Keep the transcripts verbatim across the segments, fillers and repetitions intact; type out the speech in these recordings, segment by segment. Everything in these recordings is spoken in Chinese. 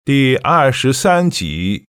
第二十三集。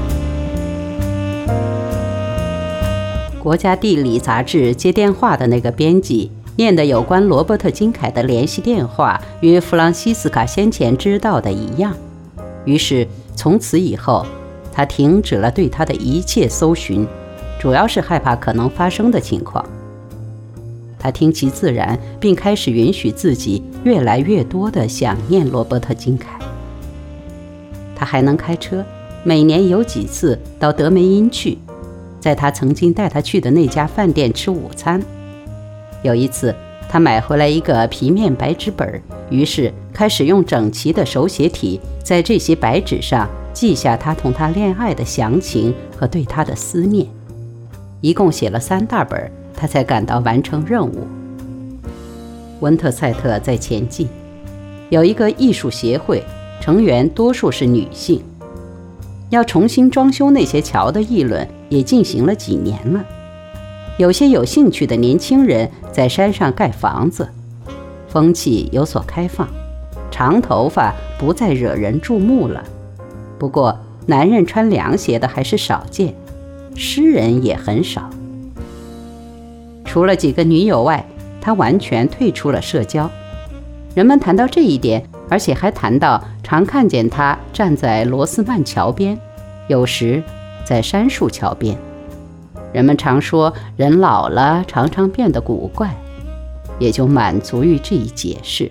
国家地理杂志接电话的那个编辑念的有关罗伯特·金凯的联系电话与弗朗西斯卡先前知道的一样，于是从此以后他停止了对他的一切搜寻，主要是害怕可能发生的情况。他听其自然，并开始允许自己越来越多地想念罗伯特·金凯。他还能开车，每年有几次到德梅因去，在他曾经带他去的那家饭店吃午餐。有一次他买回来一个皮面白纸本，于是开始用整齐的手写体在这些白纸上记下他同他恋爱的详情和对他的思念。一共写了三大本，他才感到完成任务。温特塞特在前进，有一个艺术协会，成员多数是女性。要重新装修那些桥的议论也进行了几年了。有些有兴趣的年轻人在山上盖房子，风气有所开放，长头发不再惹人注目了。不过男人穿凉鞋的还是少见，诗人也很少。除了几个女友外，他完全退出了社交。人们谈到这一点，而且还谈到常看见他站在罗斯曼桥边，有时在杉树桥边。人们常说人老了常常变得古怪，也就满足于这一解释。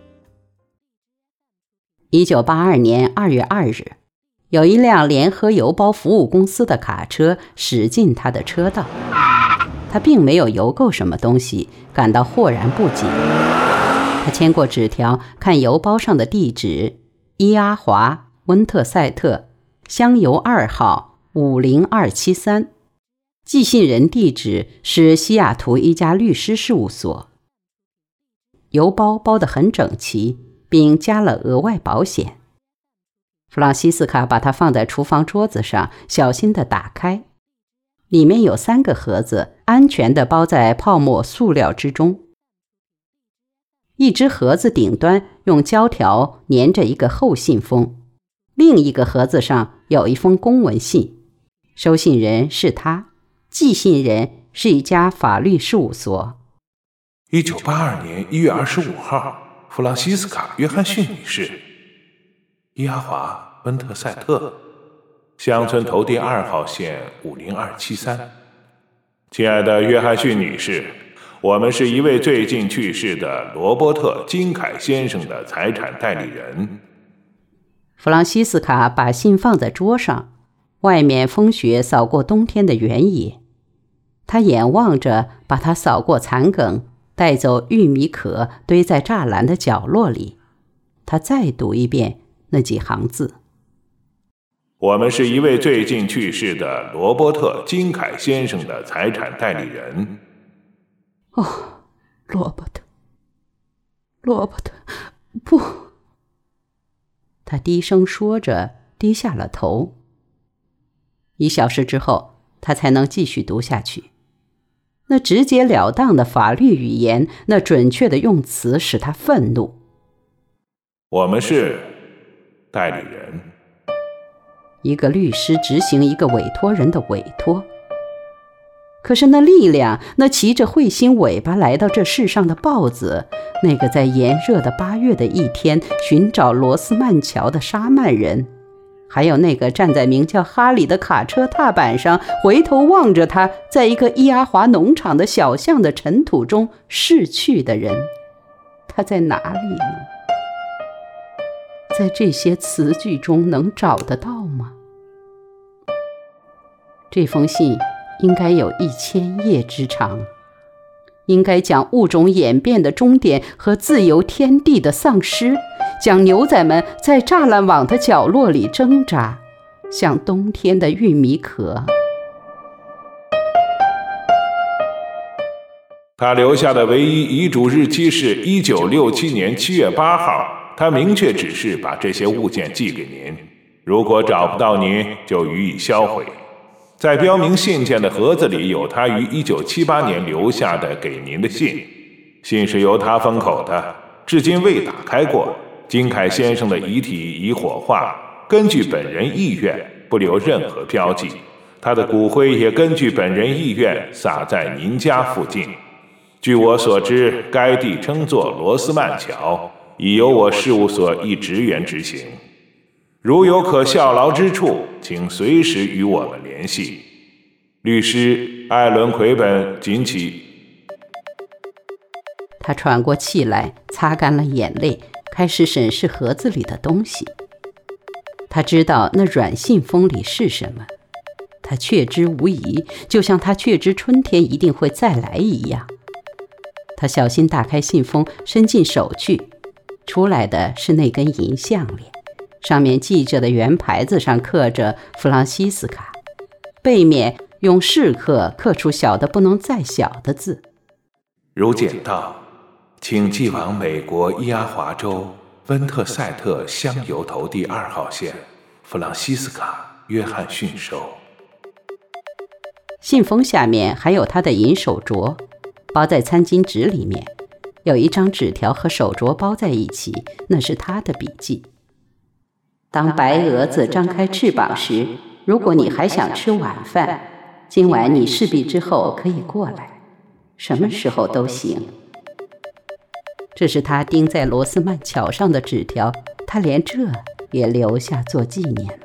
一九八二年二月二日，有一辆联合邮包服务公司的卡车驶进他的车道。他并没有邮购什么东西，感到豁然不解。他牵过纸条，看邮包上的地址：伊阿华，温特塞特，香邮二号五零二七三。寄信人地址是西雅图一家律师事务所。邮包包得很整齐，并加了额外保险。弗朗西斯卡把它放在厨房桌子上，小心地打开。里面有三个盒子，安全地包在泡沫塑料之中。一只盒子顶端用胶条粘着一个厚信封，另一个盒子上有一封公文信，收信人是他，寄信人是一家法律事务所。 一九八二年一月二十五号，弗朗西斯卡·约翰逊女士，伊阿华，温特塞特，乡村头地二号线五零二七三。亲爱的约翰逊女士，我们是一位最近去世的罗伯特·金凯先生的财产代理人。 弗朗西斯卡把信放在桌上，外面风雪扫过冬天的原野。他眼望着把它扫过残梗，带走玉米壳堆在栅栏的角落里。他再读一遍那几行字： 我们是一位最近去世的罗伯特·金凯先生的财产代理人。 哦，罗伯特，罗伯特，不！他低声说着，低下了头。一小时之后，他才能继续读下去。那直截了当的法律语言，那准确的用词使他愤怒。 我们是代理人。 一个律师执行一个委托人的委托。可是那力量，那骑着彗星尾巴来到这世上的豹子，那个在炎热的八月的一天寻找罗斯曼桥的沙曼人，还有那个站在名叫哈里的卡车踏板上回头望着他在一个伊阿华农场的小巷的尘土中逝去的人，他在哪里呢？在这些词句中能找得到吗？这封信应该有一千页之长，应该讲物种演变的终点和自由天地的丧失，讲牛仔们在栅栏网的角落里挣扎，像冬天的玉米壳。 他留下的唯一遗嘱日期是一九六七年七月八号，他明确指示把这些物件寄给您，如果找不到您，就予以销毁。在标明信件的盒子里有他于一九七八年留下的给您的信，信是由他封口的，至今未打开过。金凯先生的遗体已火化， 根据本人意愿，不留任何标记。他的骨灰也根据本人意愿撒在您家附近。据我所知，该地称作罗斯曼桥，已由我事务所一职员执行。如有可效劳之处，请随时与我们联系。律师艾伦·奎本，谨启。 他喘过气来，擦干了眼泪，开始审视盒子里的东西。他知道那软信封里是什么，他确知无疑，就像他确知春天一定会再来一样。他小心打开信封，伸进手去，出来的是那根银项链，上面系着的圆牌子上刻着弗朗西斯卡，背面用饰刻刻出小的不能再小的字。 如简到，请寄往美国伊阿华州温特塞特乡邮投第二号线弗朗西斯卡·约翰逊收。 信封下面还有他的银手镯，包在餐巾纸里面，有一张纸条和手镯包在一起，那是他的笔记。当白蛾子张开翅膀时，如果你还想吃晚饭，今晚你事毕之后可以过来，什么时候都行。这是他钉在罗斯曼桥上的纸条，他连这也留下做纪念了。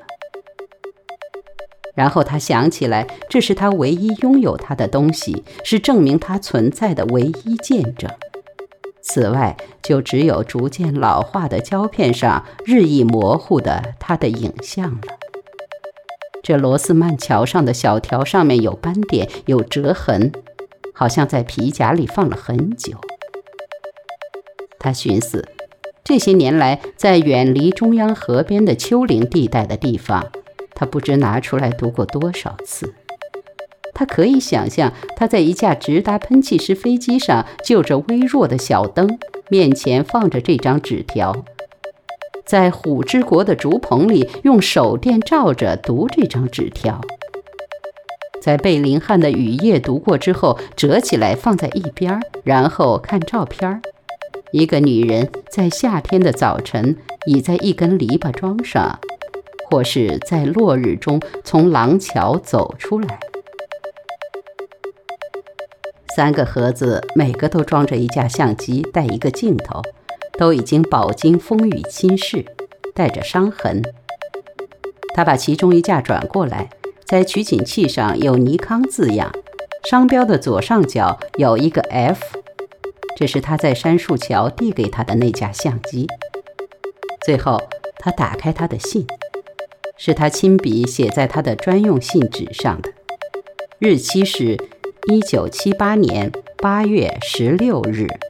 然后他想起来，这是他唯一拥有他的东西，是证明他存在的唯一见证。此外，就只有逐渐老化的胶片上日益模糊的他的影像了。这罗斯曼桥上的小条上面有斑点，有折痕，好像在皮夹里放了很久。他寻思，这些年来，在远离中央河边的丘陵地带的地方，他不知拿出来读过多少次。他可以想象，他在一架直达喷气式飞机上，就着微弱的小灯，面前放着这张纸条，在虎之国的竹棚里用手电照着读这张纸条，在贝林汉的雨夜读过之后，折起来放在一边，然后看照片。一个女人在夏天的早晨倚在一根篱笆桩上，或是在落日中从廊桥走出来。三个盒子每个都装着一架相机，带一个镜头，都已经饱经风雨侵蚀，带着伤痕。他把其中一架转过来，在取景器上有尼康字样，商标的左上角有一个 F， 这是他在杉树桥递给他的那架相机。最后他打开他的信，是他亲笔写在他的专用信纸上的，日期是一九七八年八月十六日。